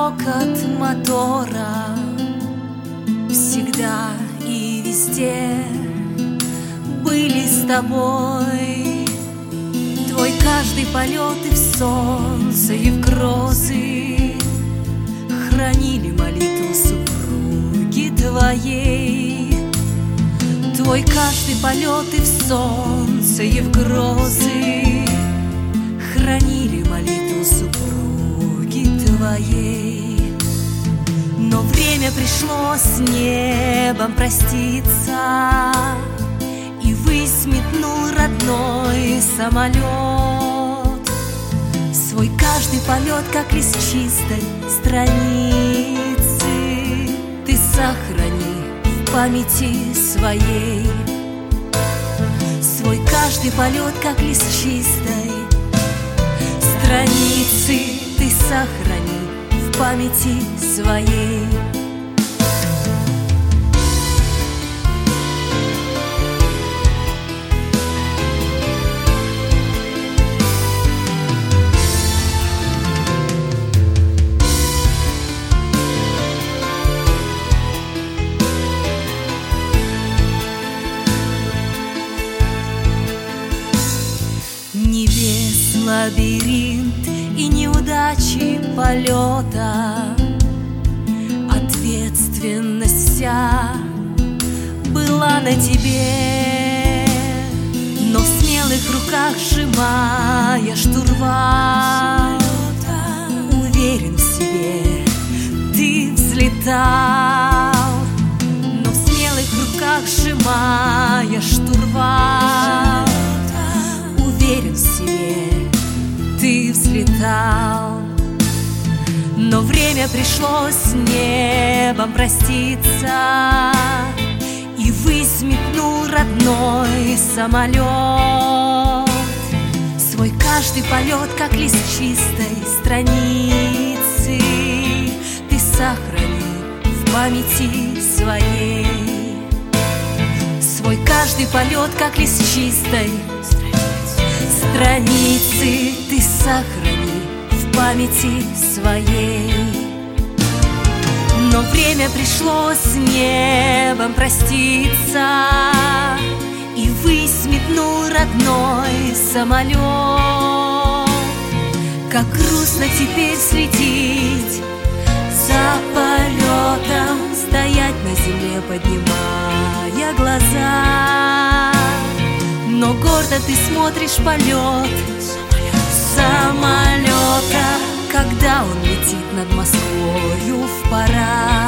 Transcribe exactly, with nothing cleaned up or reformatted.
рокот мотора всегда и везде были с тобой. Твой каждый полет и в солнце, и в грозы хранили молитву супруги твоей. Твой каждый полет и в солнце, и в грозы хранили молитву супруги твоей. Но время пришло с небом проститься, и ввысь метнул родной самолет. Свой каждый полет, как лист чистой страницы, ты сохрани в памяти своей. Свой каждый полет, как лист чистой страницы, ты сохрани в памяти своей. Небес лабиринт и неудачи полета, ответственность вся была на тебе. Но в смелых руках сжимая штурвал, уверен в себе ты взлетал. Но в смелых руках сжимая штурвал, уверен в себе ты взлетал. Но время пришло с небом проститься, и ввысь метнул родной самолет. Свой каждый полет, как лист чистой страницы, ты сохрани в памяти своей. Свой каждый полет, как лист чистой страницы, ты сохрани в памяти своей. Но время пришло с небом проститься, и ввысь метнул родной самолет. Как грустно теперь следить за полетом, стоять на земле, поднимая глаза. Но гордо ты смотришь полет самолета, когда он летит над Москвою в парад.